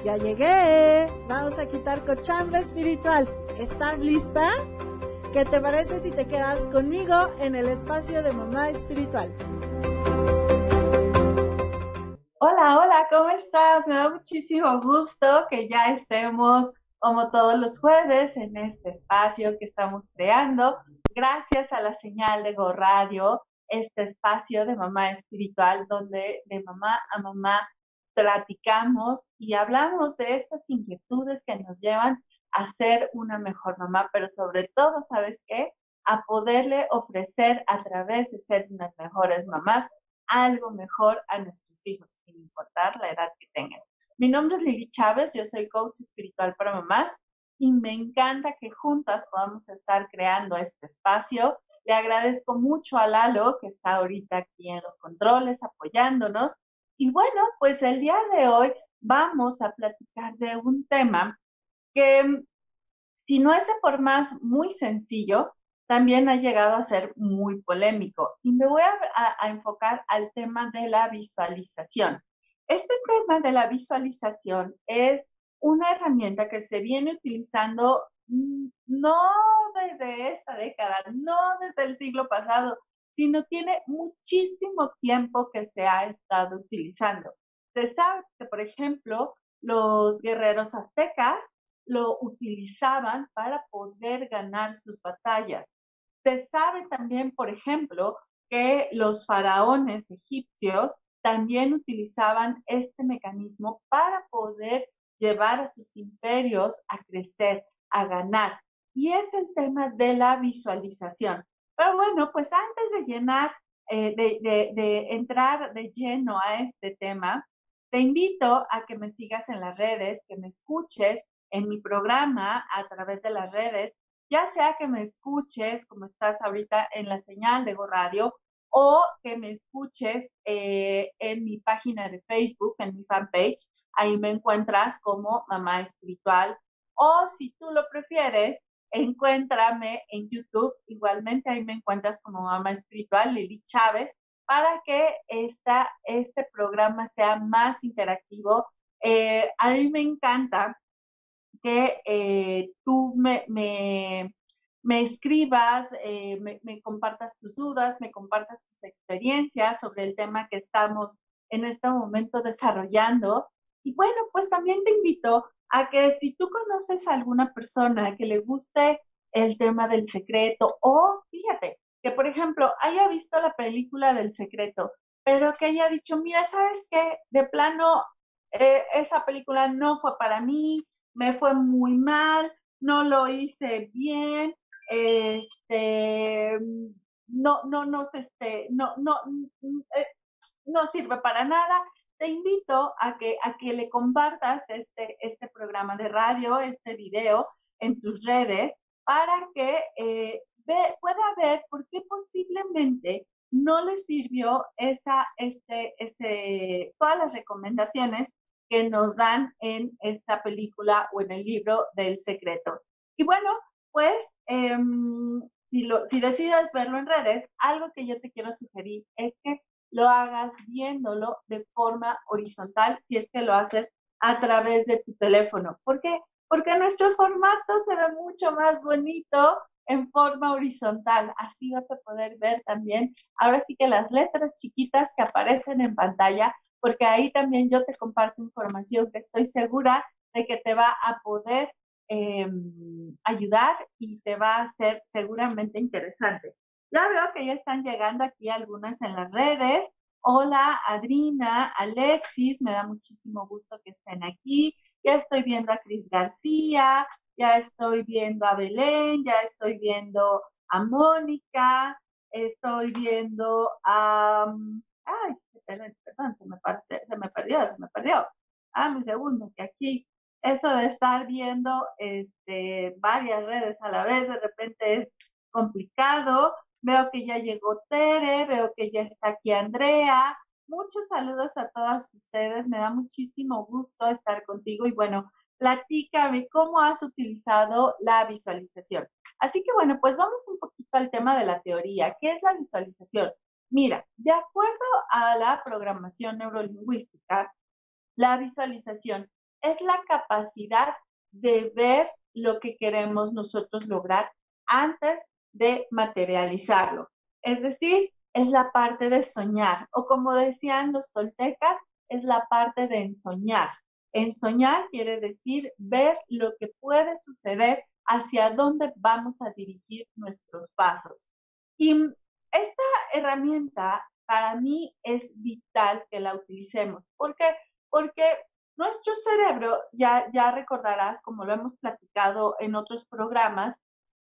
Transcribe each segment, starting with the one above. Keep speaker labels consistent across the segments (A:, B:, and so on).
A: Ya llegué. Vamos a quitar cochambre espiritual. ¿Estás lista? ¿Qué te parece si te quedas conmigo en el espacio de Mamá Espiritual?
B: Hola, hola, ¿cómo estás? Me da muchísimo gusto que ya estemos como todos los jueves en este espacio que estamos creando. Gracias a la señal de Go Radio, este espacio de Mamá Espiritual, donde de mamá a mamá platicamos y hablamos de estas inquietudes que nos llevan a ser una mejor mamá, pero sobre todo, ¿sabes qué? A poderle ofrecer a través de ser unas mejores mamás algo mejor a nuestros hijos, sin importar la edad que tengan. Mi nombre es Lili Chávez, yo soy coach espiritual para mamás y me encanta que juntas podamos estar creando este espacio. Le agradezco mucho a Lalo, que está ahorita aquí en los controles apoyándonos. Y bueno, pues el día de hoy vamos a platicar de un tema que, si no es de por más muy sencillo, también ha llegado a ser muy polémico. Y me voy a enfocar al tema de la visualización. Este tema de la visualización es una herramienta que se viene utilizando no desde esta década, no desde el siglo pasado, sino tiene muchísimo tiempo que se ha estado utilizando. Se sabe que, por ejemplo, los guerreros aztecas lo utilizaban para poder ganar sus batallas. Se sabe también, por ejemplo, que los faraones egipcios también utilizaban este mecanismo para poder llevar a sus imperios a crecer, a ganar. Y es el tema de la visualización. Pero bueno, pues antes de de entrar de lleno a este tema, te invito a que me sigas en las redes, que me escuches en mi programa a través de las redes, ya sea que me escuches como estás ahorita en la señal de Go Radio o que me escuches en mi página de Facebook, en mi fanpage, ahí me encuentras como Mamá Espiritual, o si tú lo prefieres, encuéntrame en YouTube, igualmente ahí me encuentras como Mamá Espiritual, Lili Chávez, para que este programa sea más interactivo. A mí me encanta que tú me escribas, me compartas tus dudas, me compartas tus experiencias sobre el tema que estamos en este momento desarrollando. Y bueno, pues también te invito a que si tú conoces a alguna persona que le guste el tema del secreto o, fíjate, que por ejemplo haya visto la película del secreto, pero que haya dicho, mira, ¿sabes qué? De plano, esa película no fue para mí, me fue muy mal, no lo hice bien, este, no sirve para nada. Te invito a que le compartas este programa de radio, este video en tus redes, para que pueda ver por qué posiblemente no le sirvió todas las recomendaciones que nos dan en esta película o en el libro del secreto. Y bueno, pues si decides verlo en redes, algo que yo te quiero sugerir es que lo hagas viéndolo de forma horizontal si es que lo haces a través de tu teléfono. ¿Por qué? Porque nuestro formato se ve mucho más bonito en forma horizontal. Así vas a poder ver también, ahora sí que las letras chiquitas que aparecen en pantalla, porque ahí también yo te comparto información que estoy segura de que te va a poder ayudar y te va a ser seguramente interesante. Ya veo que ya están llegando aquí algunas en las redes. Hola, Adrina, Alexis, me da muchísimo gusto que estén aquí. Ya estoy viendo a Cris García, ya estoy viendo a Belén, ya estoy viendo a Mónica, estoy viendo a... ay, perdón, se me perdió. Ah, mi segundo, que aquí eso de estar viendo varias redes a la vez de repente es complicado. Veo que ya llegó Tere, veo que ya está aquí Andrea. Muchos saludos a todas ustedes, me da muchísimo gusto estar contigo y bueno, platícame cómo has utilizado la visualización. Así que bueno, pues vamos un poquito al tema de la teoría. ¿Qué es la visualización? Mira, de acuerdo a la programación neurolingüística, la visualización es la capacidad de ver lo que queremos nosotros lograr antes de materializarlo. Es decir, es la parte de soñar, o como decían los toltecas, es la parte de ensoñar. Ensoñar quiere decir ver lo que puede suceder, hacia dónde vamos a dirigir nuestros pasos. Y esta herramienta para mí es vital que la utilicemos. ¿Por qué? Porque nuestro cerebro, ya recordarás, como lo hemos platicado en otros programas,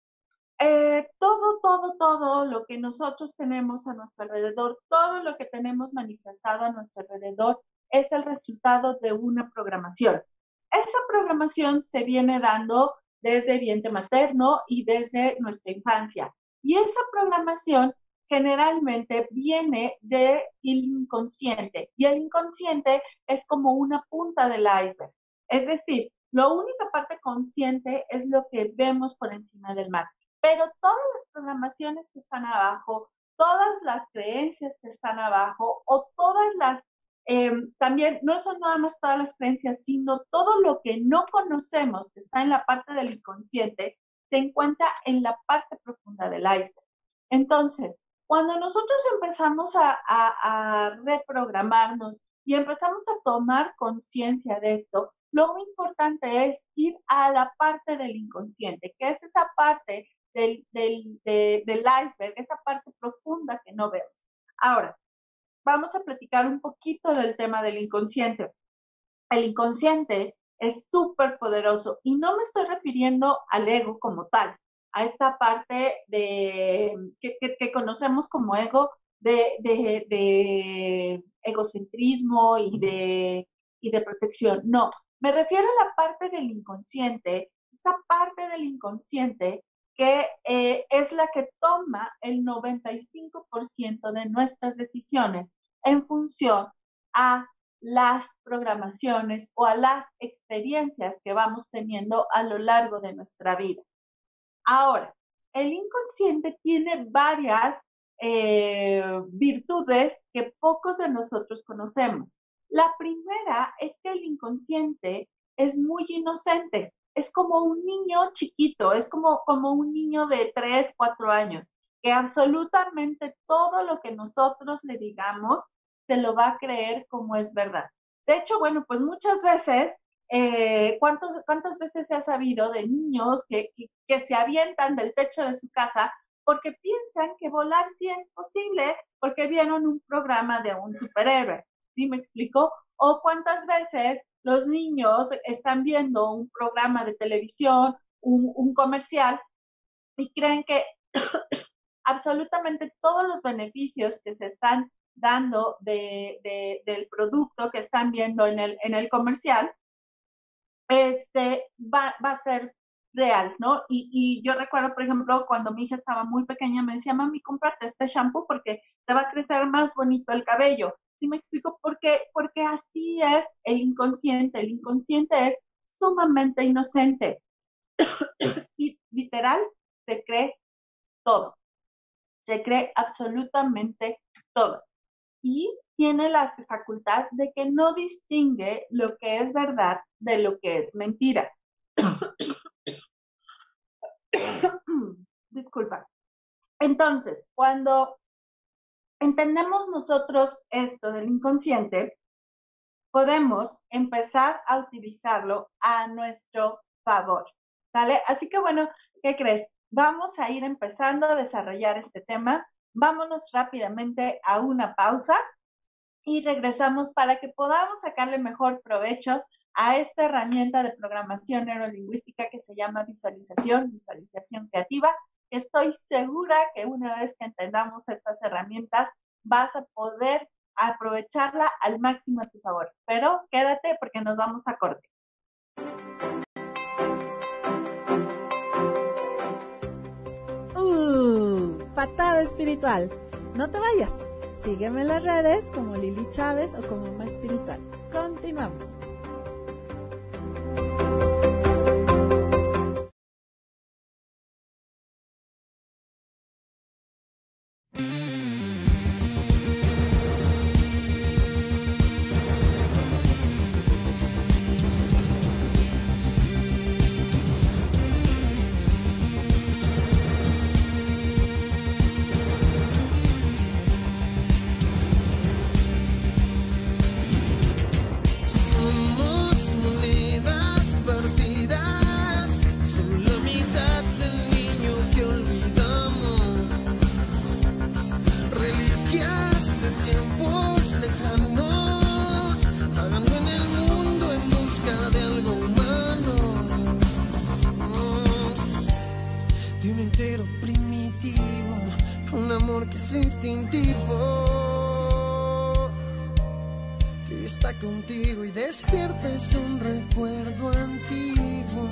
B: todo lo que nosotros tenemos a nuestro alrededor, todo lo que tenemos manifestado a nuestro alrededor es el resultado de una programación. Esa programación se viene dando desde vientre materno y desde nuestra infancia. Y esa programación generalmente viene del inconsciente. Y el inconsciente es como una punta del iceberg. Es decir, la única parte consciente es lo que vemos por encima del mar. Pero todas las programaciones que están abajo, todas las creencias que están abajo, o todas las, también no son nada más todas las creencias, sino todo lo que no conocemos, que está en la parte del inconsciente, se encuentra en la parte profunda del iceberg. Entonces, cuando nosotros empezamos a reprogramarnos y empezamos a tomar conciencia de esto, lo muy importante es ir a la parte del inconsciente, que es esa parte del iceberg, esa parte profunda que no vemos. Ahora, vamos a platicar un poquito del tema del inconsciente. El inconsciente es súper poderoso y no me estoy refiriendo al ego como tal, a esta parte que conocemos como ego, de egocentrismo y de protección. No, me refiero a la parte del inconsciente, esta parte del inconsciente que es la que toma el 95% de nuestras decisiones en función a las programaciones o a las experiencias que vamos teniendo a lo largo de nuestra vida. Ahora, el inconsciente tiene varias virtudes que pocos de nosotros conocemos. La primera es que el inconsciente es muy inocente. Es como un niño chiquito, es como un niño de 3, 4 años, que absolutamente todo lo que nosotros le digamos se lo va a creer como es verdad. De hecho, bueno, pues muchas veces, ¿cuántas veces se ha sabido de niños que se avientan del techo de su casa porque piensan que volar sí es posible porque vieron un programa de un superhéroe? ¿Sí me explico? O cuántas veces los niños están viendo un programa de televisión, un comercial, y creen que absolutamente todos los beneficios que se están dando del producto que están viendo en el comercial, va a ser real, ¿no? Y yo recuerdo, por ejemplo, cuando mi hija estaba muy pequeña, me decía, mami, cómprate este shampoo porque te va a crecer más bonito el cabello. ¿Sí me explico? Porque así es el inconsciente. El inconsciente es sumamente inocente y literal se cree todo. Se cree absolutamente todo. Y tiene la facultad de que no distingue lo que es verdad de lo que es mentira. Disculpa. Entonces, cuando entendemos nosotros esto del inconsciente, podemos empezar a utilizarlo a nuestro favor, ¿sale? Así que bueno, ¿qué crees? Vamos a ir empezando a desarrollar este tema. Vámonos rápidamente a una pausa y regresamos para que podamos sacarle mejor provecho a esta herramienta de programación neurolingüística que se llama visualización creativa. Estoy segura que una vez que entendamos estas herramientas, vas a poder aprovecharla al máximo a tu favor. Pero quédate porque nos vamos a corte.
A: Patada espiritual. No te vayas. Sígueme en las redes como Lili Chávez o como Mamá Espiritual. Continuamos.
C: contigo y despiertes un recuerdo antiguo.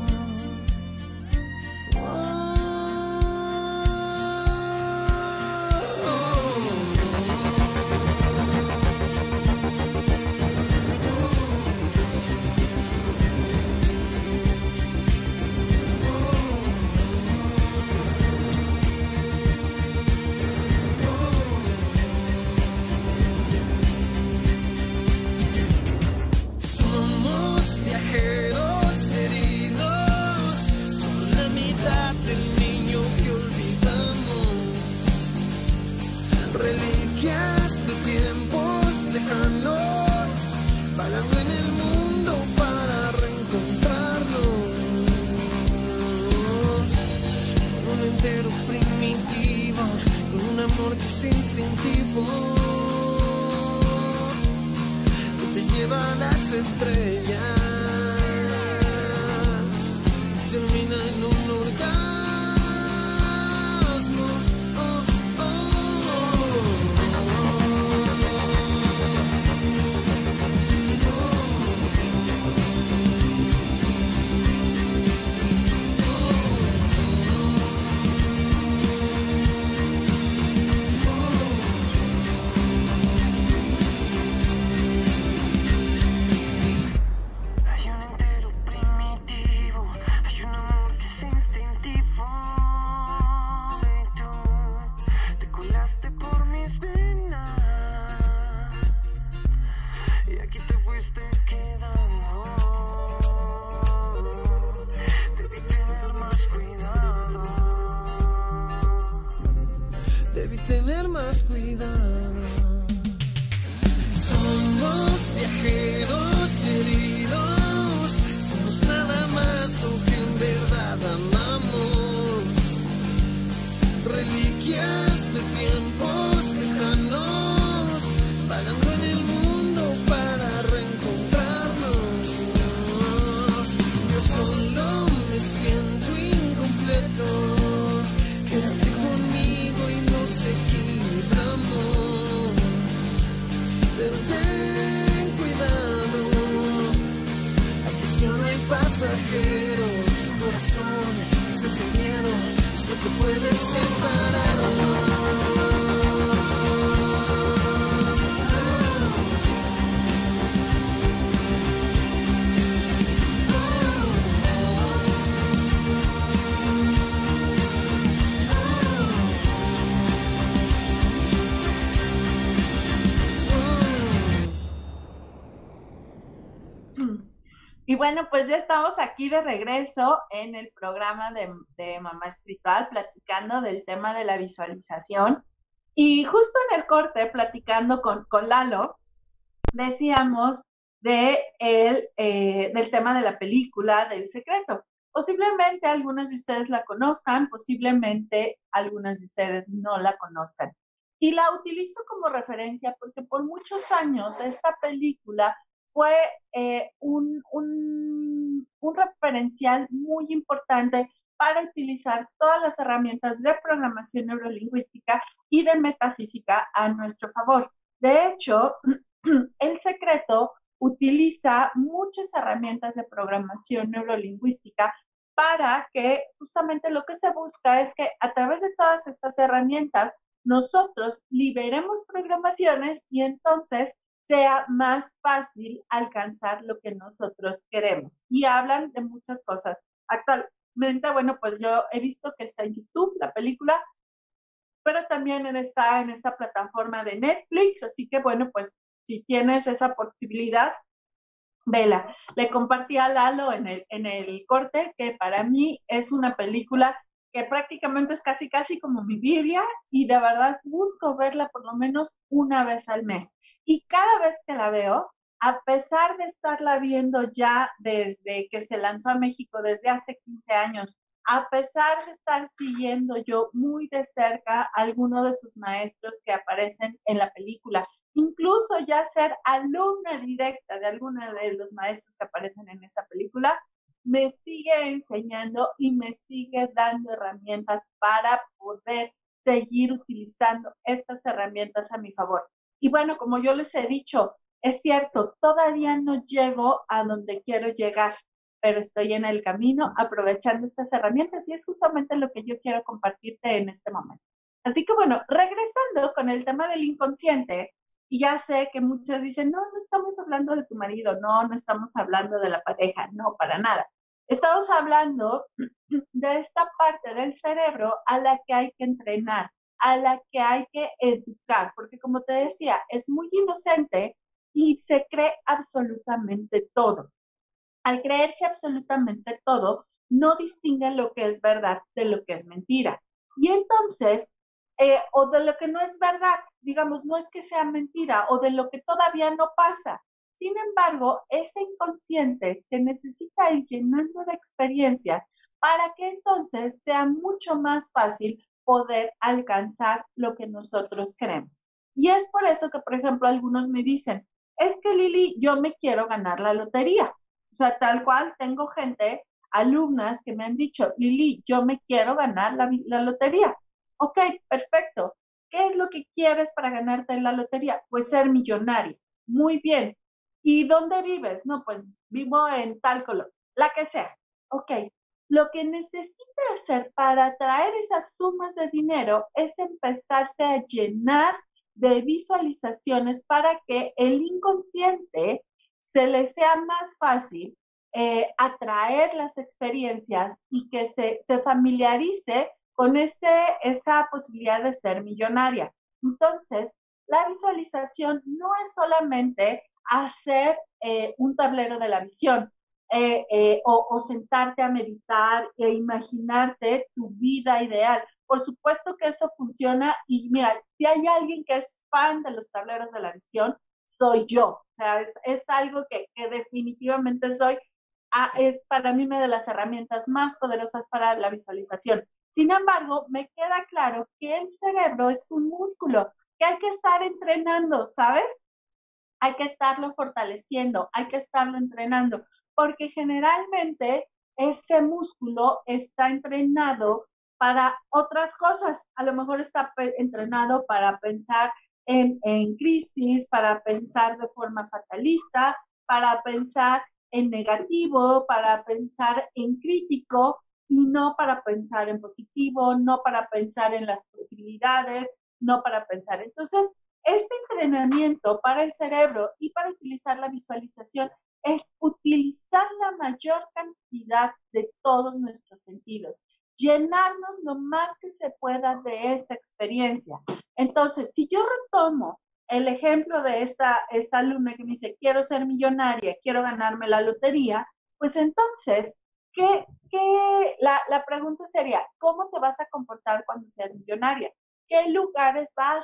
C: Instintivo que te lleva a las estrellas, termina en un orgasmo. Debí tener más cuidado. Somos viajeros heridos, somos nada más lo que en verdad amamos. Reliquias de tiempos lejanos, vagando en el mundo para reencontrarnos. Yo solo me siento incompleto. Quédate conmigo y nos equilibramos. Pero ten cuidado, aquí solo hay pasajeros. Su corazón, ese miedo, es lo que puede separarnos.
B: Y bueno, pues ya estamos aquí de regreso en el programa de Mamá Espiritual, platicando del tema de la visualización. Y justo en el corte, platicando con Lalo, decíamos del tema de la película del Secreto. Posiblemente algunos de ustedes la conozcan, posiblemente algunos de ustedes no la conozcan. Y la utilizo como referencia porque por muchos años esta película fue un referencial muy importante para utilizar todas las herramientas de programación neurolingüística y de metafísica a nuestro favor. De hecho, El Secreto utiliza muchas herramientas de programación neurolingüística para que justamente lo que se busca es que a través de todas estas herramientas nosotros liberemos programaciones y entonces sea más fácil alcanzar lo que nosotros queremos. Y hablan de muchas cosas. Actualmente, bueno, pues yo he visto que está en YouTube la película, pero también está en esta plataforma de Netflix, así que bueno, pues si tienes esa posibilidad, vela. Le compartí a Lalo en el corte que para mí es una película que prácticamente es casi como mi Biblia y de verdad busco verla por lo menos una vez al mes. Y cada vez que la veo, a pesar de estarla viendo ya desde que se lanzó a México, desde hace 15 años, a pesar de estar siguiendo yo muy de cerca a alguno de sus maestros que aparecen en la película, incluso ya ser alumna directa de alguno de los maestros que aparecen en esa película, me sigue enseñando y me sigue dando herramientas para poder seguir utilizando estas herramientas a mi favor. Y bueno, como yo les he dicho, es cierto, todavía no llego a donde quiero llegar, pero estoy en el camino aprovechando estas herramientas y es justamente lo que yo quiero compartirte en este momento. Así que bueno, regresando con el tema del inconsciente, y ya sé que muchas dicen, no, no estamos hablando de tu marido, no, no estamos hablando de la pareja, no, para nada. Estamos hablando de esta parte del cerebro a la que hay que entrenar, a la que hay que educar, porque como te decía, es muy inocente y se cree absolutamente todo. Al creerse absolutamente todo, no distingue lo que es verdad de lo que es mentira. Y entonces, o de lo que no es verdad, digamos, no es que sea mentira, o de lo que todavía no pasa. Sin embargo, ese inconsciente que necesita ir llenando de experiencias para que entonces sea mucho más fácil poder alcanzar lo que nosotros queremos. Y es por eso que, por ejemplo, algunos me dicen, es que Lili, yo me quiero ganar la lotería. O sea, tal cual tengo gente, alumnas que me han dicho, Lili, yo me quiero ganar la lotería. Ok, perfecto. ¿Qué es lo que quieres para ganarte la lotería? Pues ser millonario. Muy bien. ¿Y dónde vives? No, pues vivo en tal color, la que sea. Ok. Lo que necesita hacer para atraer esas sumas de dinero es empezarse a llenar de visualizaciones para que el inconsciente se le sea más fácil atraer las experiencias y que se familiarice con esa posibilidad de ser millonaria. Entonces, la visualización no es solamente hacer un tablero de la visión o sentarte a meditar e imaginarte tu vida ideal. Por supuesto que eso funciona y mira, si hay alguien que es fan de los tableros de la visión, soy yo. O sea, es algo que definitivamente soy. Es para mí una de las herramientas más poderosas para la visualización. Sin embargo, me queda claro que el cerebro es un músculo que hay que estar entrenando, ¿sabes? Hay que estarlo fortaleciendo, hay que estarlo entrenando, porque generalmente ese músculo está entrenado para otras cosas. A lo mejor está entrenado para pensar en crisis, para pensar de forma fatalista, para pensar en negativo, para pensar en crítico y no para pensar en positivo, no para pensar en las posibilidades, no para pensar. Entonces, este entrenamiento para el cerebro y para utilizar la visualización es utilizar la mayor cantidad de todos nuestros sentidos, llenarnos lo más que se pueda de esta experiencia. Entonces, si yo retomo el ejemplo de esta alumna que me dice, quiero ser millonaria, quiero ganarme la lotería, pues entonces, la pregunta sería, ¿cómo te vas a comportar cuando seas millonaria? ¿Qué lugares vas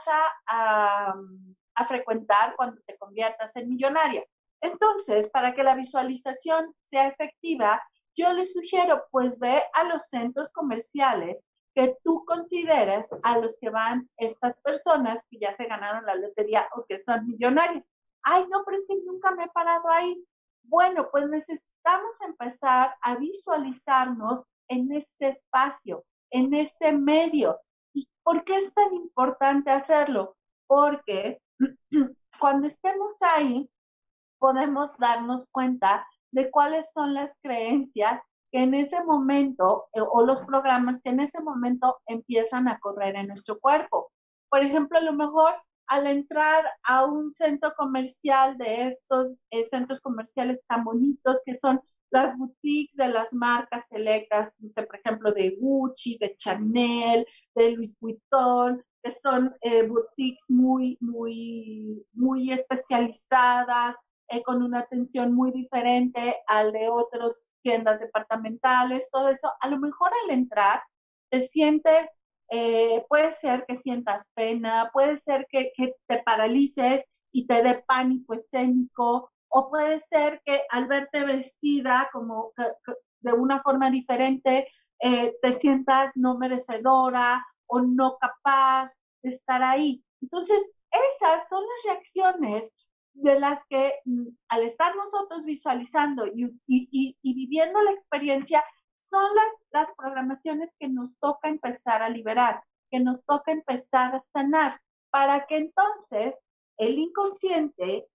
B: a frecuentar cuando te conviertas en millonaria? Entonces, para que la visualización sea efectiva, yo les sugiero, pues ve a los centros comerciales que tú consideres a los que van estas personas que ya se ganaron la lotería o que son millonarios. Ay, no, pero es que nunca me he parado ahí. Bueno, pues necesitamos empezar a visualizarnos en este espacio, en este medio. ¿Y por qué es tan importante hacerlo? Porque cuando estemos ahí, podemos darnos cuenta de cuáles son las creencias que en ese momento o los programas que en ese momento empiezan a correr en nuestro cuerpo. Por ejemplo, a lo mejor al entrar a un centro comercial de estos centros comerciales tan bonitos que son las boutiques de las marcas selectas, no sé, por ejemplo, de Gucci, de Chanel, de Louis Vuitton, que son boutiques muy especializadas, con una atención muy diferente al de otras tiendas departamentales, todo eso. A lo mejor al entrar te sientes, puede ser que sientas pena, puede ser que te paralices y te dé pánico escénico, o puede ser que al verte vestida como de una forma diferente, te sientas no merecedora o no capaz de estar ahí. Entonces, esas son las reacciones de las que al estar nosotros visualizando y viviendo la experiencia, son las programaciones que nos toca empezar a liberar, que nos toca empezar a sanar, para que entonces el inconsciente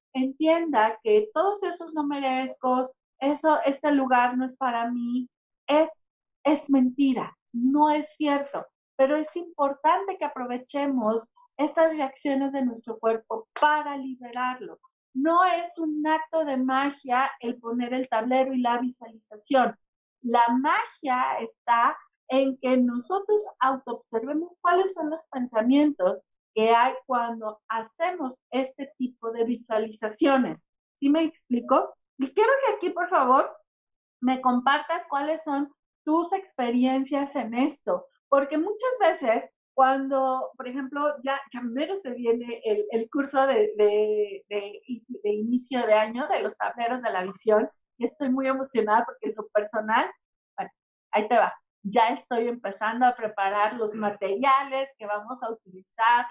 B: entienda que todos esos no merezco, este lugar no es para mí, es, es mentira, no es cierto, pero es importante que aprovechemos esas reacciones de nuestro cuerpo para liberarlo. No es un acto de magia el poner el tablero y la visualización. La magia está en que nosotros autoobservemos cuáles son los pensamientos que hay cuando hacemos este tipo de visualizaciones. ¿Sí me explico? Y quiero que aquí, por favor, me compartas cuáles son tus experiencias en esto, porque muchas veces cuando, por ejemplo, ya mero se viene el curso de inicio de año de los tableros de la visión, y estoy muy emocionada porque en lo personal, bueno, ahí te va, ya estoy empezando a preparar los materiales que vamos a utilizar,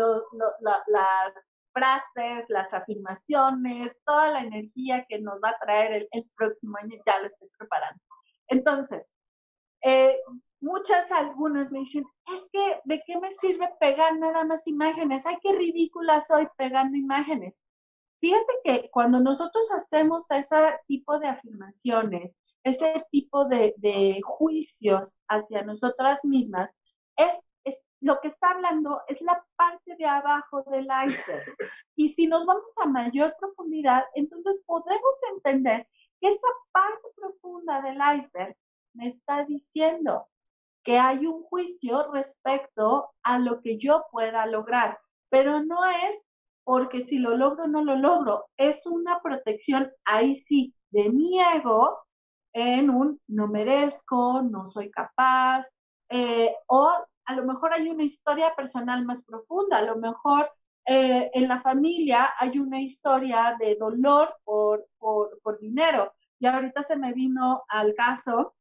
B: las frases, las afirmaciones, toda la energía que nos va a traer el próximo año, ya lo estoy preparando. Entonces, eh, algunas me dicen, es que, ¿de qué me sirve pegar nada más imágenes? Ay, qué ridícula soy pegando imágenes. Fíjate que cuando nosotros hacemos ese tipo de afirmaciones, ese tipo de juicios hacia nosotras mismas, lo que está hablando es la parte de abajo del iceberg. Y si nos vamos a mayor profundidad, entonces podemos entender que esa parte profunda del iceberg me está diciendo que hay un juicio respecto a lo que yo pueda lograr, pero no es porque si lo logro o no lo logro, es una protección, ahí sí, de mi ego en un no merezco, no soy capaz, o a lo mejor hay una historia personal más profunda, a lo mejor en la familia hay una historia de dolor por dinero. Y ahorita se me vino al caso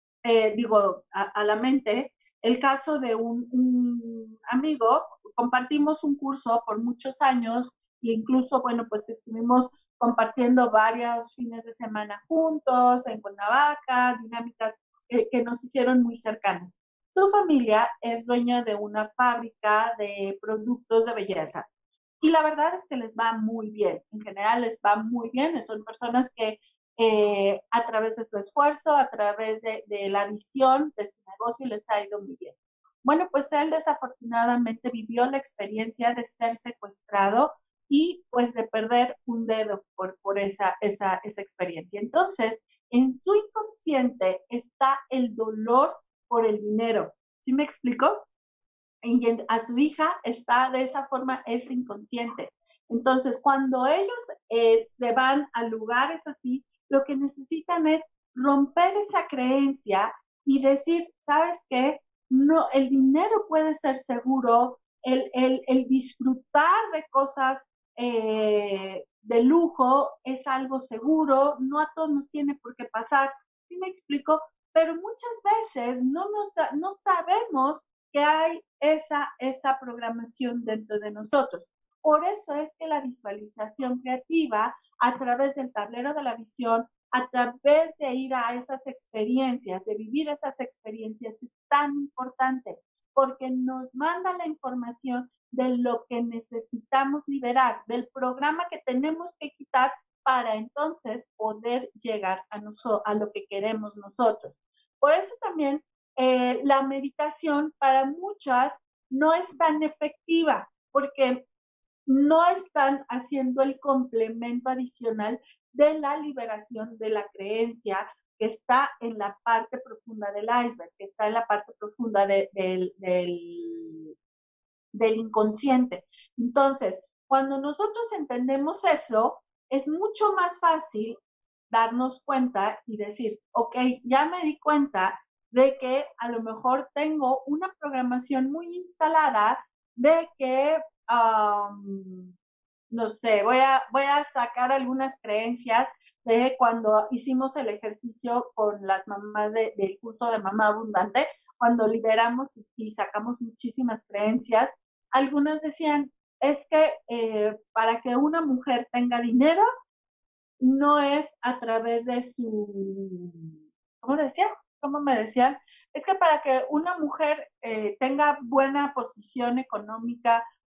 B: a la mente el caso de un amigo, compartimos un curso por muchos años e incluso, bueno, pues estuvimos compartiendo varios fines de semana juntos en Cuernavaca, dinámicas que nos hicieron muy cercanas. Su familia es dueña de una fábrica de productos de belleza y la verdad es que les va muy bien, en general les va muy bien, son personas que a través de su esfuerzo, a través de la visión de su negocio, les ha ido muy bien. Bueno, pues él desafortunadamente vivió la experiencia de ser secuestrado y pues de perder un dedo por esa experiencia. Entonces, en su inconsciente está el dolor por el dinero. ¿Sí me explico? Y a su hija está de esa forma, es inconsciente. Entonces, cuando ellos se van a lugares así, lo que necesitan es romper esa creencia y decir, ¿sabes qué? No, el dinero puede ser seguro, el disfrutar de cosas de lujo es algo seguro, no a todos nos tiene por qué pasar. ¿Sí me explico? Pero muchas veces no sabemos que hay esa programación dentro de nosotros. Por eso es que la visualización creativa, a través del tablero de la visión, a través de ir a esas experiencias, de vivir esas experiencias, es tan importante, porque nos manda la información de lo que necesitamos liberar, del programa que tenemos que quitar para entonces poder llegar a lo que queremos nosotros. Por eso también la meditación para muchas no es tan efectiva porque no están haciendo el complemento adicional de la liberación de la creencia que está en la parte profunda del iceberg, que está en la parte profunda del inconsciente. Entonces, cuando nosotros entendemos eso, es mucho más fácil darnos cuenta y decir, ok, ya me di cuenta de que a lo mejor tengo una programación muy instalada de que, no sé, voy a sacar algunas creencias de cuando hicimos el ejercicio con las mamás del curso de Mamá Abundante, cuando liberamos y sacamos muchísimas creencias, algunas decían, es que para que una mujer tenga dinero, no es a través de su, ¿cómo decía? ¿Cómo me decían? Es que para que una mujer tenga buena posición económica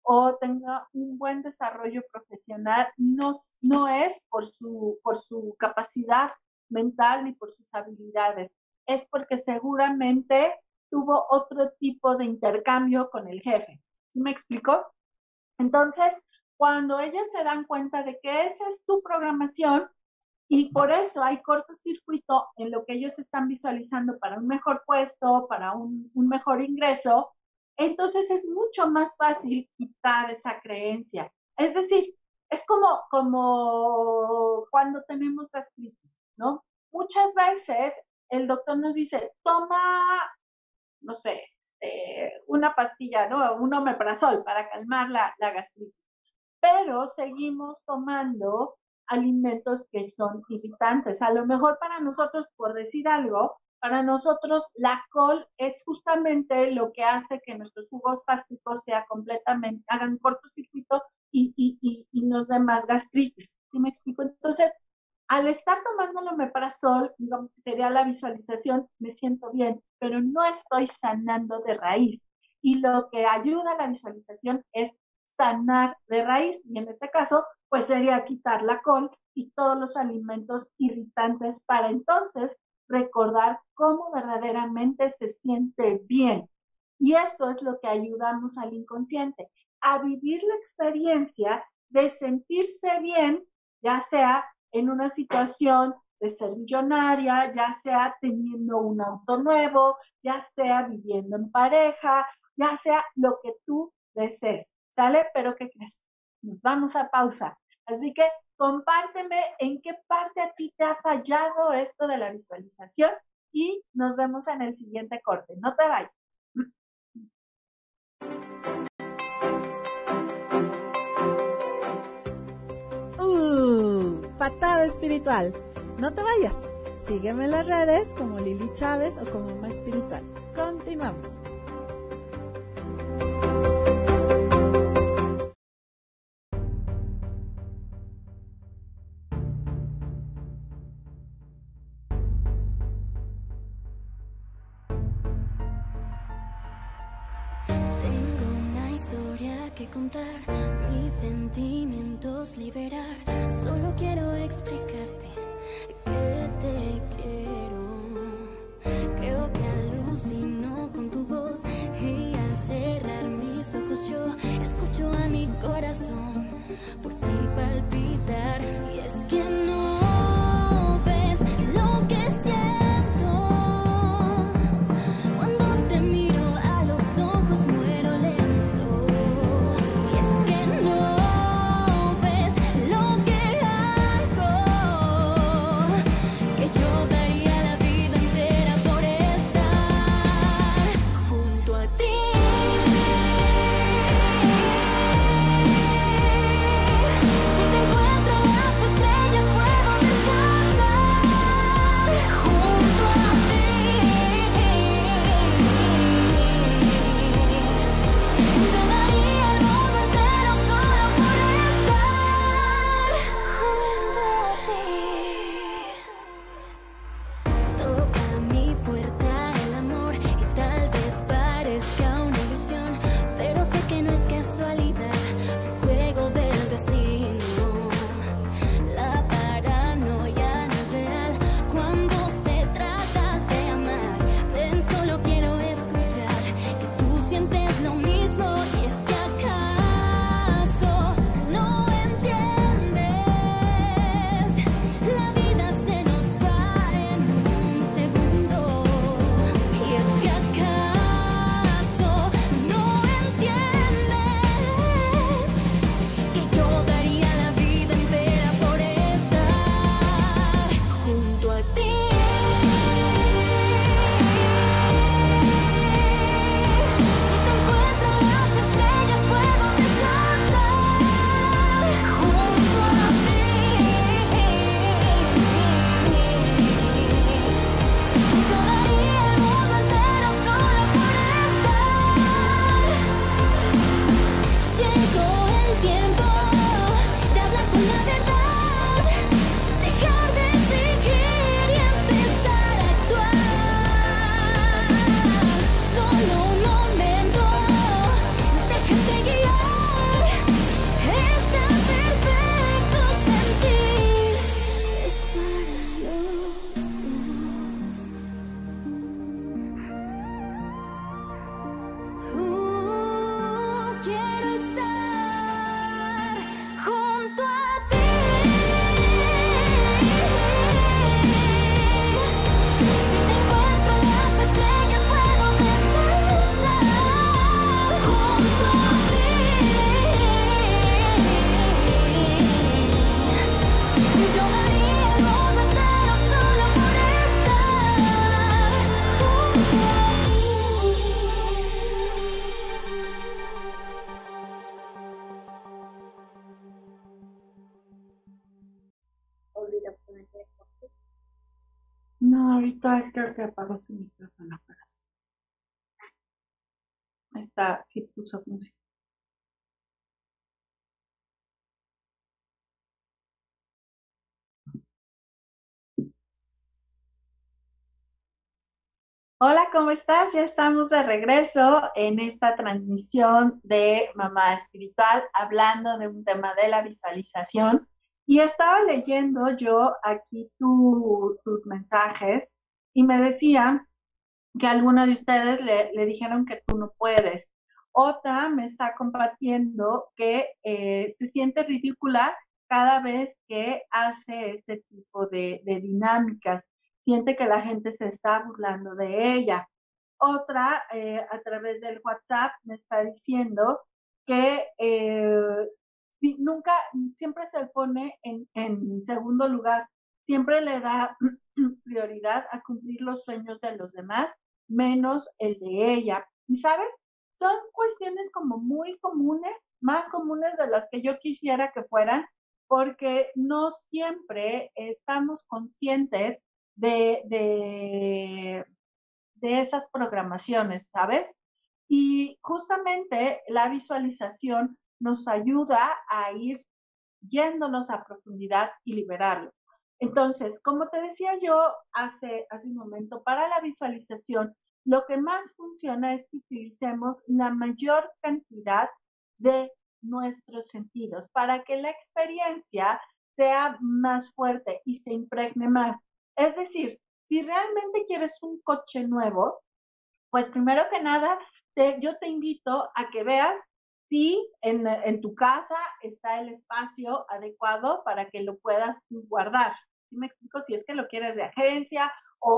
B: o tenga un buen desarrollo profesional, no es por su capacidad mental ni por sus habilidades, es porque seguramente tuvo otro tipo de intercambio con el jefe. ¿Sí me explico? Entonces, cuando ellas se dan cuenta de que esa es su programación y por eso hay cortocircuito en lo que ellos están visualizando para un mejor puesto, para un mejor ingreso, entonces es mucho más fácil quitar esa creencia. Es decir, es como cuando tenemos gastritis, ¿no? Muchas veces el doctor nos dice, toma, no sé, una pastilla, ¿no? Un omeprazol para calmar la gastritis. Pero seguimos tomando alimentos que son irritantes. A lo mejor para nosotros, por decir algo, para nosotros la col es justamente lo que hace que nuestros jugos gástricos hagan cortocircuito y nos dé más gastritis. ¿Sí me explico? Entonces, al estar tomando el omeprazol, digamos que sería la visualización, me siento bien, pero no estoy sanando de raíz. Y lo que ayuda a la visualización es sanar de raíz. Y en este caso, pues sería quitar la col y todos los alimentos irritantes para entonces recordar cómo verdaderamente se siente bien. Y eso es lo que ayudamos al inconsciente, a vivir la experiencia de sentirse bien, ya sea en una situación de ser millonaria, ya sea teniendo un auto nuevo, ya sea viviendo en pareja, ya sea lo que tú desees, ¿sale? Pero ¿qué crees? Nos vamos a pausa. Así que compárteme en qué parte a ti te ha fallado esto de la visualización y nos vemos en el siguiente corte. No te vayas.
A: Patada espiritual. No te vayas. Sígueme en las redes como Lili Chávez o como Mamá Espiritual. Continuamos.
D: Contar mis sentimientos, liberar. Solo quiero explicarte que te quiero. Creo que alucino con tu voz y al cerrar mis ojos yo escucho a mi corazón por ti palpitar. Y es que no ves lo que siento cuando te miro a los ojos, muero lento. Dejar de fingir y
B: Ahorita creo que apagó su micrófono, pero sí. Está, sí puso música. Hola, ¿cómo estás? Ya estamos de regreso en esta transmisión de Mamá Espiritual, hablando de un tema de la visualización. Y estaba leyendo yo aquí tus mensajes y me decían que algunos de ustedes le dijeron que tú no puedes. Otra me está compartiendo que se siente ridícula cada vez que hace este tipo de dinámicas. Siente que la gente se está burlando de ella. Otra, a través del WhatsApp, me está diciendo que si, nunca, siempre se pone en segundo lugar, siempre le da prioridad a cumplir los sueños de los demás menos el de ella. Y sabes, son cuestiones como muy comunes, más comunes de las que yo quisiera que fueran, porque no siempre estamos conscientes de esas programaciones, ¿sabes? Y justamente la visualización nos ayuda a ir yéndonos a profundidad y liberarlo. Entonces, como te decía yo hace un momento, para la visualización, lo que más funciona es que utilicemos la mayor cantidad de nuestros sentidos para que la experiencia sea más fuerte y se impregne más. Es decir, si realmente quieres un coche nuevo, pues primero que nada, yo te invito a que veas si en tu casa está el espacio adecuado para que lo puedas guardar. ¿Sí me explico? Si es que lo quieres de agencia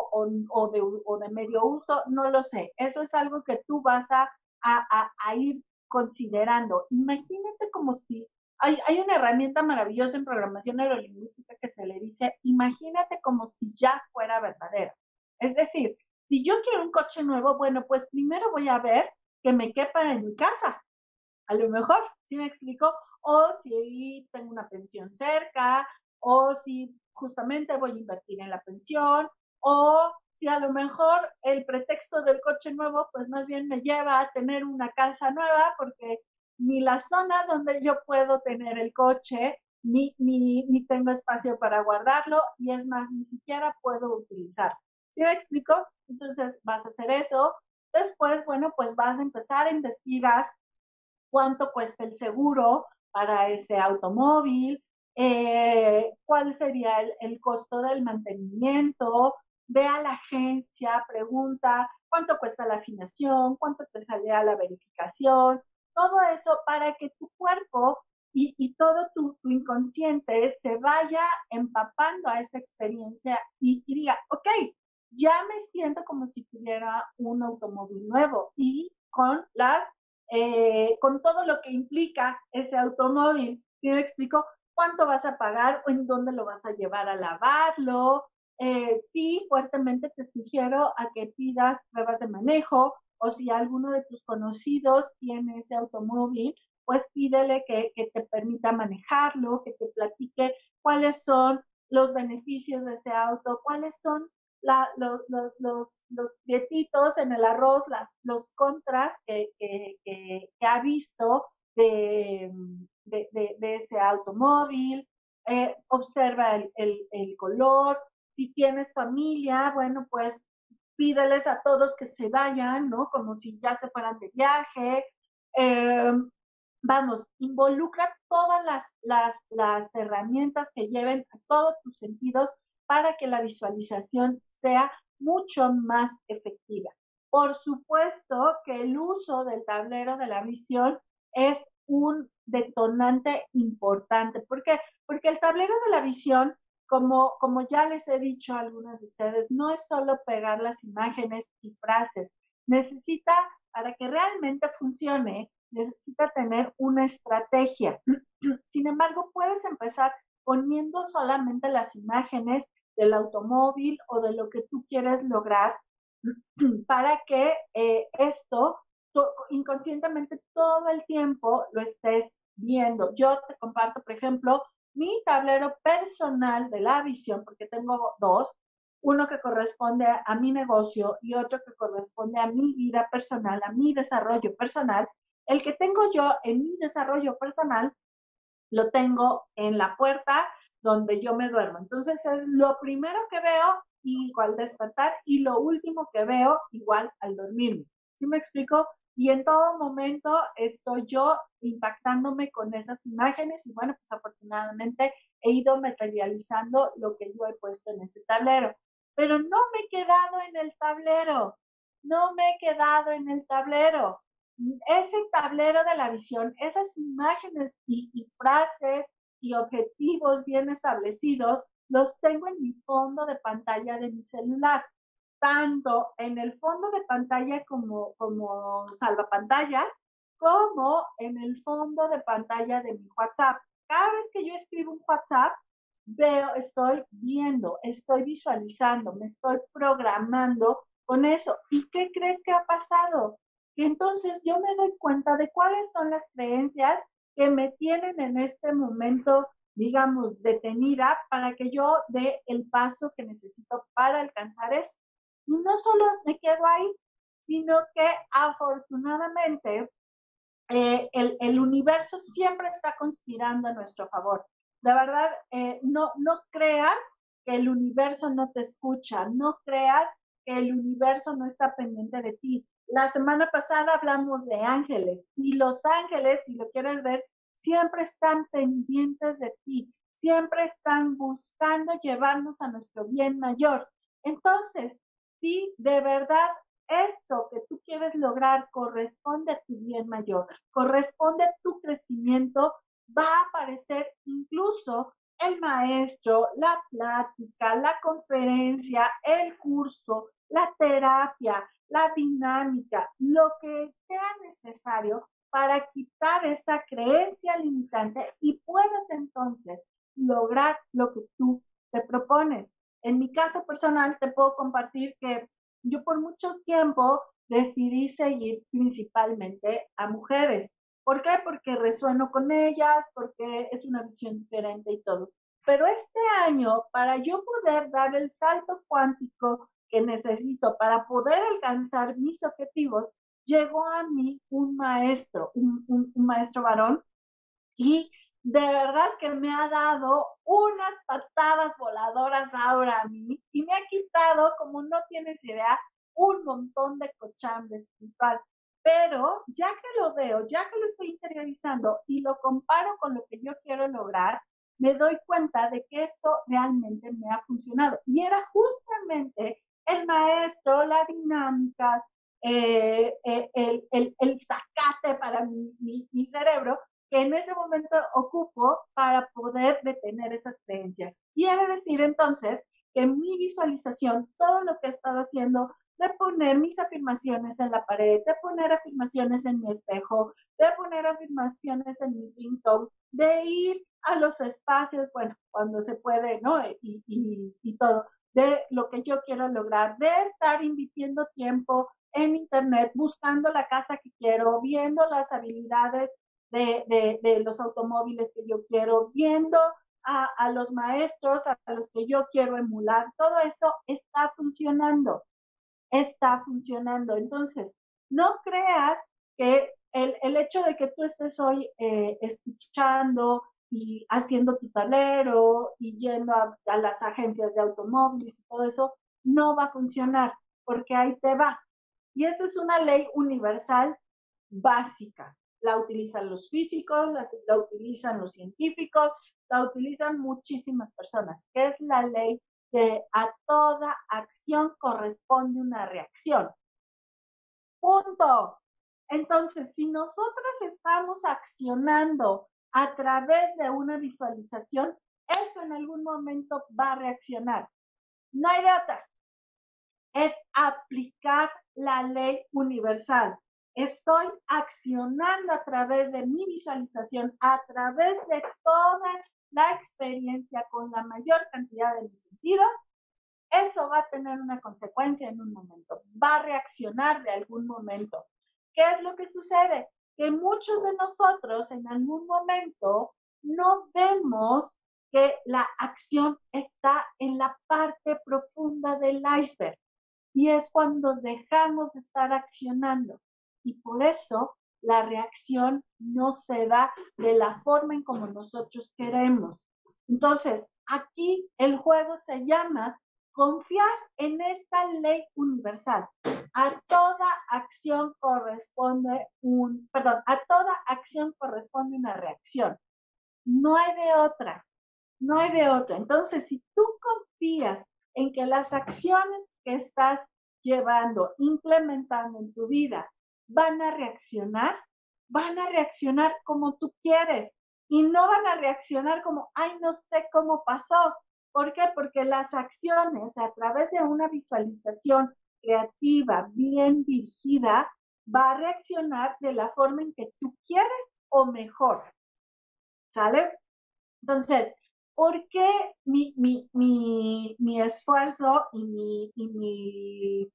B: o de medio uso, no lo sé. Eso es algo que tú vas a ir considerando. Imagínate como si hay una herramienta maravillosa en programación neurolingüística que se le dice, imagínate como si ya fuera verdadera. Es decir, si yo quiero un coche nuevo, bueno, pues primero voy a ver que me quepa en mi casa. A lo mejor, ¿sí me explico? O si tengo una pensión cerca, o si justamente voy a invertir en la pensión, o si a lo mejor el pretexto del coche nuevo, pues más bien me lleva a tener una casa nueva, porque ni la zona donde yo puedo tener el coche, ni tengo espacio para guardarlo, y es más, ni siquiera puedo utilizarlo. ¿Sí me explico? Entonces vas a hacer eso. Después, bueno, pues vas a empezar a investigar cuánto cuesta el seguro para ese automóvil, cuál sería el costo del mantenimiento, ve a la agencia, pregunta cuánto cuesta la afinación, cuánto te sale a la verificación, todo eso para que tu cuerpo y todo tu inconsciente se vaya empapando a esa experiencia y diga, ok, ya me siento como si tuviera un automóvil nuevo y con todo lo que implica ese automóvil. ¿Sí me explico? ¿Cuánto vas a pagar o en dónde lo vas a llevar a lavarlo? Sí, fuertemente te sugiero a que pidas pruebas de manejo o si alguno de tus conocidos tiene ese automóvil, pues pídele que te permita manejarlo, que te platique cuáles son los beneficios de ese auto, cuáles son los dietitos en el arroz, los contras que ha visto de ese automóvil, observa el color, si tienes familia, bueno, pues pídeles a todos que se vayan, ¿no? Como si ya se fueran de viaje. Vamos, involucra todas las herramientas que lleven a todos tus sentidos para que la visualización sea mucho más efectiva. Por supuesto que el uso del tablero de la visión es un detonante importante. ¿Por qué? Porque el tablero de la visión, como ya les he dicho a algunos de ustedes, no es solo pegar las imágenes y frases. Necesita, para que realmente funcione, necesita tener una estrategia. Sin embargo, puedes empezar poniendo solamente las imágenes del automóvil o de lo que tú quieres lograr para que esto inconscientemente todo el tiempo lo estés viendo. Yo te comparto, por ejemplo, mi tablero personal de la visión, porque tengo dos, uno que corresponde a mi negocio y otro que corresponde a mi vida personal, a mi desarrollo personal. El que tengo yo en mi desarrollo personal lo tengo en la puerta donde yo me duermo. Entonces es lo primero que veo igual despertar y lo último que veo igual al dormirme. ¿Sí me explico? Y en todo momento estoy yo impactándome con esas imágenes y bueno, pues afortunadamente he ido materializando lo que yo he puesto en ese tablero. Pero no me he quedado en el tablero, no me he quedado en el tablero. Ese tablero de la visión, esas imágenes y frases y objetivos bien establecidos, los tengo en mi fondo de pantalla de mi celular, tanto en el fondo de pantalla como salvapantalla, como en el fondo de pantalla de mi WhatsApp. Cada vez que yo escribo un WhatsApp, veo, estoy viendo, estoy visualizando, me estoy programando con eso. ¿Y qué crees que ha pasado? Que entonces yo me doy cuenta de cuáles son las creencias que me tienen en este momento, digamos, detenida para que yo dé el paso que necesito para alcanzar eso. Y no solo me quedo ahí, sino que afortunadamente el universo siempre está conspirando a nuestro favor. De verdad, no creas que el universo no te escucha, no creas que el universo no está pendiente de ti. La semana pasada hablamos de ángeles y los ángeles, si lo quieres ver, siempre están pendientes de ti, siempre están buscando llevarnos a nuestro bien mayor. Entonces, si de verdad esto que tú quieres lograr corresponde a tu bien mayor, corresponde a tu crecimiento, va a aparecer incluso el maestro, la plática, la conferencia, el curso, la terapia, la dinámica, lo que sea necesario para quitar esa creencia limitante y puedas entonces lograr lo que tú te propones. En mi caso personal te puedo compartir que yo por mucho tiempo decidí seguir principalmente a mujeres. ¿Por qué? Porque resueno con ellas, porque es una visión diferente y todo. Pero este año, para yo poder dar el salto cuántico que necesito para poder alcanzar mis objetivos, llegó a mí un maestro, un maestro varón, y de verdad que me ha dado unas patadas voladoras ahora a mí y me ha quitado, como no tienes idea, un montón de cochambre espiritual. Pero ya que lo veo, ya que lo estoy interiorizando y lo comparo con lo que yo quiero lograr, me doy cuenta de que esto realmente me ha funcionado. Y era justamente el maestro, la dinámica, el zacate para mi cerebro que en ese momento ocupo para poder detener esas creencias. Quiere decir entonces que mi visualización, todo lo que he estado haciendo, de poner mis afirmaciones en la pared, de poner afirmaciones en mi espejo, de poner afirmaciones en mi ringtone, de ir a los espacios, bueno, cuando se puede, ¿no? Y todo, de lo que yo quiero lograr, de estar invirtiendo tiempo en internet, buscando la casa que quiero, viendo las habilidades de los automóviles que yo quiero, viendo a los maestros a los que yo quiero emular, todo eso está funcionando, está funcionando. Entonces, no creas que el hecho de que tú estés hoy escuchando y haciendo tu tablero y yendo a las agencias de automóviles y todo eso, no va a funcionar, porque ahí te va. Y esta es una ley universal básica. La utilizan los físicos, la utilizan los científicos, la utilizan muchísimas personas, que es la ley de a toda acción corresponde una reacción. Punto. Entonces, si nosotras estamos accionando a través de una visualización, eso en algún momento va a reaccionar. No hay de otra. Es aplicar la ley universal. Estoy accionando a través de mi visualización, a través de toda la experiencia con la mayor cantidad de mis sentidos. Eso va a tener una consecuencia en un momento, va a reaccionar de algún momento. ¿Qué es lo que sucede? Que muchos de nosotros en algún momento no vemos que la acción está en la parte profunda del iceberg y es cuando dejamos de estar accionando. Y por eso la reacción no se da de la forma en como nosotros queremos. Entonces, aquí el juego se llama confiar en esta ley universal. A toda acción corresponde a toda acción corresponde una reacción. No hay de otra. No hay de otra. Entonces, si tú confías en que las acciones que estás llevando, implementando en tu vida, van a reaccionar como tú quieres. Y no van a reaccionar como, ay, no sé cómo pasó. ¿Por qué? Porque las acciones, a través de una visualización creativa, bien dirigida, va a reaccionar de la forma en que tú quieres o mejor. ¿Sale? Entonces, ¿por qué mi esfuerzo y mi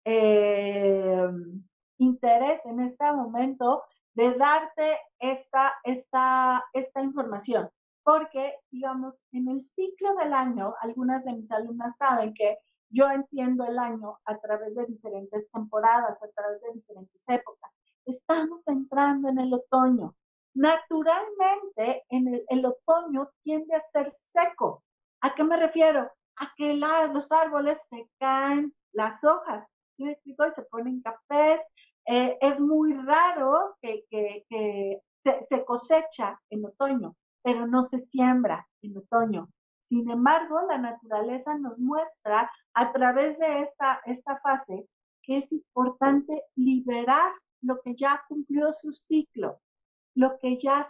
B: interés en este momento de darte esta información? Porque, digamos, en el ciclo del año, algunas de mis alumnas saben que yo entiendo el año a través de diferentes temporadas, a través de diferentes épocas. Estamos entrando en el otoño. Naturalmente, el otoño tiende a ser seco. ¿A qué me refiero? A que los árboles se caen las hojas, ¿sí me explico? Y se ponen cafés. Es muy raro que se cosecha en otoño, pero no se siembra en otoño. Sin embargo, la naturaleza nos muestra a través de esta fase que es importante liberar lo que ya cumplió su ciclo, lo que ya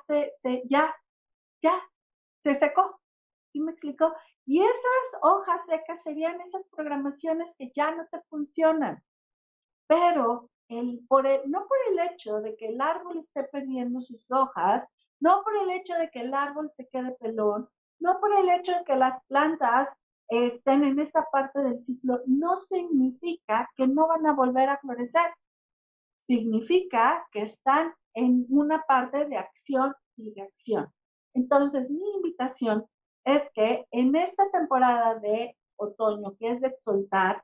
B: se secó. ¿Sí me explico? Y esas hojas secas serían esas programaciones que ya no te funcionan. Pero no por el hecho de que el árbol esté perdiendo sus hojas, no por el hecho de que el árbol se quede pelón, no por el hecho de que las plantas estén en esta parte del ciclo, no significa que no van a volver a florecer. Significa que están en una parte de acción y reacción. Entonces, mi invitación es que en esta temporada de otoño, que es de soltar,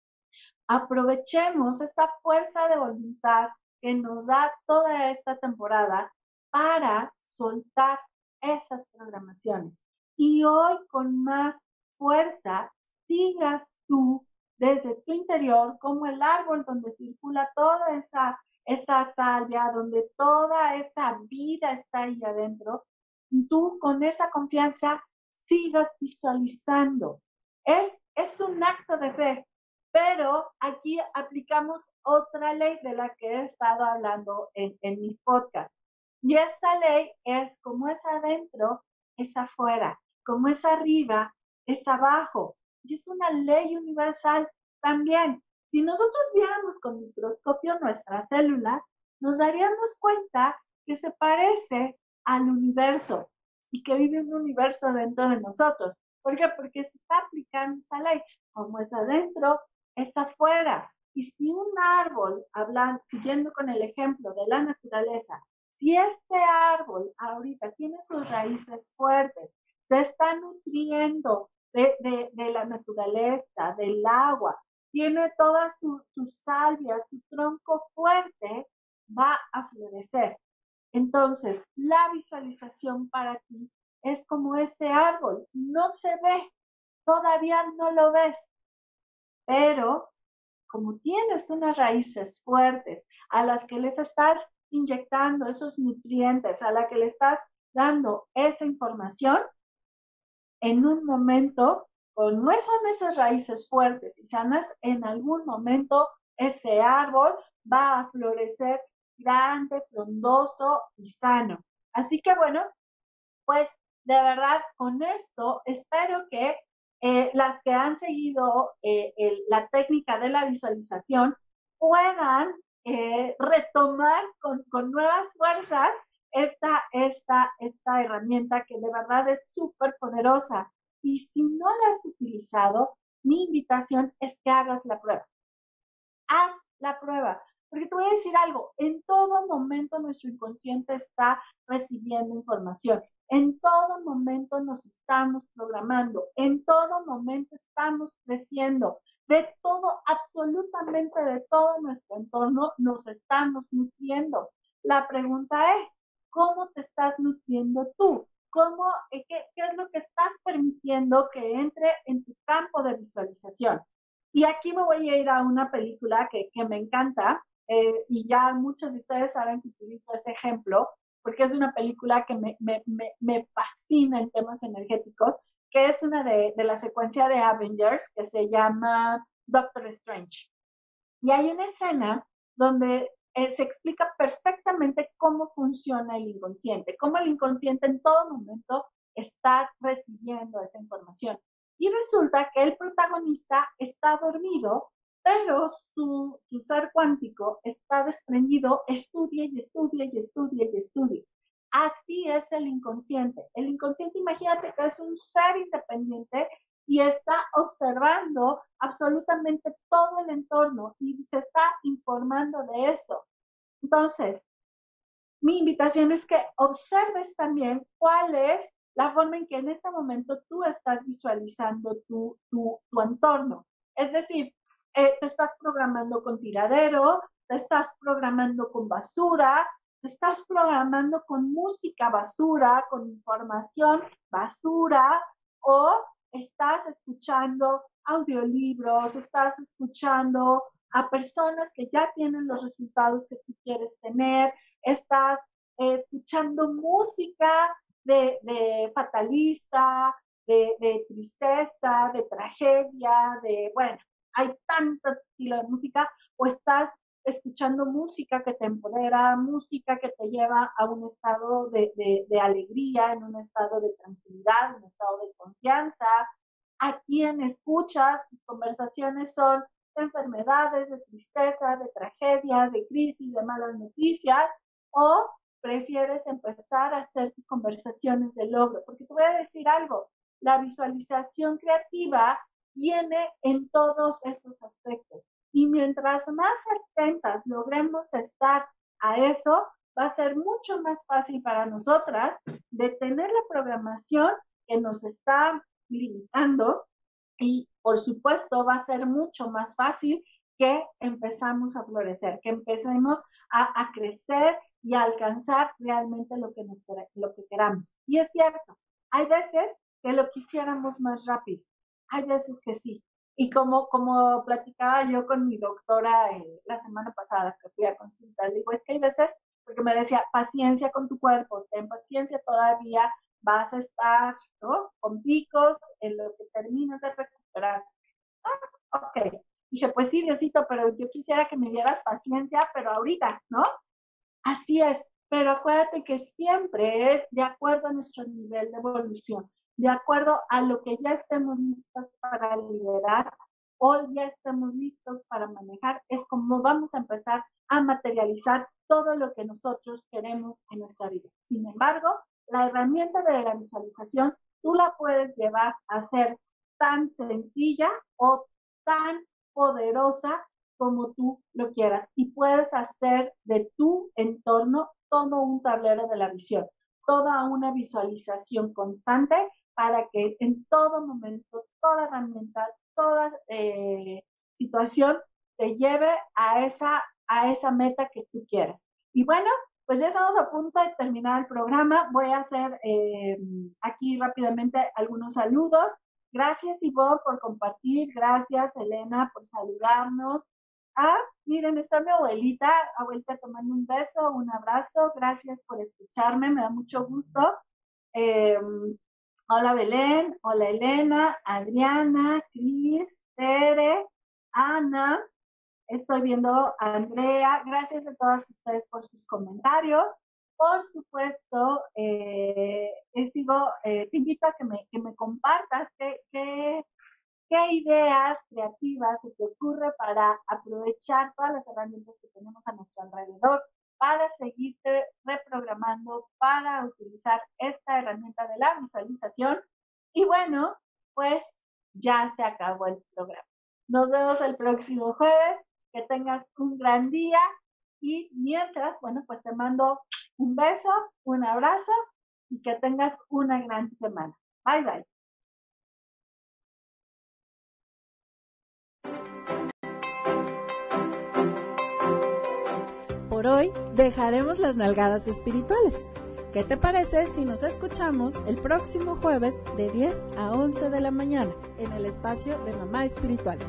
B: aprovechemos esta fuerza de voluntad que nos da toda esta temporada para soltar esas programaciones. Y hoy con más fuerza sigas tú desde tu interior como el árbol donde circula toda esa salvia, donde toda esa vida está ahí adentro. Tú con esa confianza sigas visualizando. Es un acto de fe. Pero aquí aplicamos otra ley de la que he estado hablando en mis podcasts. Y esta ley es como es adentro, es afuera. Como es arriba, es abajo. Y es una ley universal también. Si nosotros viéramos con microscopio nuestra célula, nos daríamos cuenta que se parece al universo y que vive un universo dentro de nosotros. ¿Por qué? Porque se está aplicando esa ley. Como es adentro, es afuera. Y si un árbol, siguiendo con el ejemplo de la naturaleza, si este árbol ahorita tiene sus raíces fuertes, se está nutriendo de la naturaleza, del agua, tiene toda su salvia, su tronco fuerte, va a florecer. Entonces, la visualización para ti es como ese árbol, no se ve, todavía no lo ves, pero como tienes unas raíces fuertes a las que les estás inyectando esos nutrientes, a la que le estás dando esa información, en un momento, como son esas raíces fuertes y sanas, en algún momento ese árbol va a florecer grande, frondoso y sano. Así que bueno, pues de verdad con esto espero que las que han seguido la técnica de la visualización puedan retomar con nuevas fuerzas esta herramienta que de verdad es súper poderosa. Y si no la has utilizado, mi invitación es que hagas la prueba. Haz la prueba. Porque te voy a decir algo, en todo momento nuestro inconsciente está recibiendo información. En todo momento nos estamos programando, en todo momento estamos creciendo. De todo, absolutamente de todo nuestro entorno nos estamos nutriendo. La pregunta es, ¿cómo te estás nutriendo tú? ¿Qué es lo que estás permitiendo que entre en tu campo de visualización? Y aquí me voy a ir a una película que me encanta, y ya muchos de ustedes saben que utilizo ese ejemplo, porque es una película que me fascina en temas energéticos, que es una de la secuencia de Avengers que se llama Doctor Strange. Y hay una escena donde se explica perfectamente cómo funciona el inconsciente, cómo el inconsciente en todo momento está recibiendo esa información. Y resulta que el protagonista está dormido, pero su ser cuántico está desprendido, estudia y estudia y estudia y estudia. Así es el inconsciente. El inconsciente, imagínate que es un ser independiente y está observando absolutamente todo el entorno y se está informando de eso. Entonces, mi invitación es que observes también cuál es la forma en que en este momento tú estás visualizando tu entorno. Es decir, te estás programando con tiradero, te estás programando con basura, te estás programando con música basura, con información basura, o estás escuchando audiolibros, estás escuchando a personas que ya tienen los resultados que tú quieres tener, estás escuchando música de fatalista, de tristeza, de tragedia, bueno, hay tanto estilo de música, o estás escuchando música que te empodera, música que te lleva a un estado de alegría, en un estado de tranquilidad, en un estado de confianza. A quien escuchas, tus conversaciones son de enfermedades, de tristeza, de tragedia, de crisis, de malas noticias, o prefieres empezar a hacer tus conversaciones de logro. Porque te voy a decir algo, la visualización creativa viene en todos esos aspectos. Y mientras más atentas logremos estar a eso, va a ser mucho más fácil para nosotras detener la programación que nos está limitando, y por supuesto va a ser mucho más fácil que empezamos a florecer, que empecemos a crecer y a alcanzar realmente lo que queramos. Y es cierto, hay veces que lo quisiéramos más rápido, hay veces que sí. Y como platicaba yo con mi doctora la semana pasada que fui a consultar, digo, es que hay veces, porque me decía, paciencia con tu cuerpo, ten paciencia, todavía vas a estar, ¿no?, con picos en lo que terminas de recuperar. Ok. Dije, pues sí, Diosito, pero yo quisiera que me dieras paciencia, pero ahorita, ¿no? Así es, pero acuérdate que siempre es de acuerdo a nuestro nivel de evolución, de acuerdo a lo que ya estemos listos para liberar o ya estemos listos para manejar, es como vamos a empezar a materializar todo lo que nosotros queremos en nuestra vida. Sin embargo, la herramienta de la visualización tú la puedes llevar a ser tan sencilla o tan poderosa como tú lo quieras, y puedes hacer de tu entorno todo un tablero de la visión, toda una visualización constante para que en todo momento, toda herramienta, toda situación te lleve a esa meta que tú quieras. Y bueno, pues ya estamos a punto de terminar el programa. Voy a hacer aquí rápidamente algunos saludos. Gracias, Ivonne, por compartir. Gracias, Elena, por saludarnos. Miren, está mi abuelita. Abuelita, tomando un beso, un abrazo. Gracias por escucharme, me da mucho gusto. Hola, Belén. Hola, Elena, Adriana, Cris, Tere, Ana. Estoy viendo a Andrea. Gracias a todas ustedes por sus comentarios. Por supuesto, te invito a que me compartas qué ideas creativas se te ocurre para aprovechar todas las herramientas que tenemos a nuestro alrededor para seguirte reprogramando, para utilizar esta herramienta de la visualización. Y bueno, pues ya se acabó el programa. Nos vemos el próximo jueves. Que tengas un gran día, y mientras, bueno, pues te mando un beso, un abrazo, y que tengas una gran semana. Bye, bye.
A: Por hoy dejaremos las nalgadas espirituales. ¿Qué te parece si nos escuchamos el próximo jueves de 10 a 11 de la mañana en el espacio de Mamá Espiritual?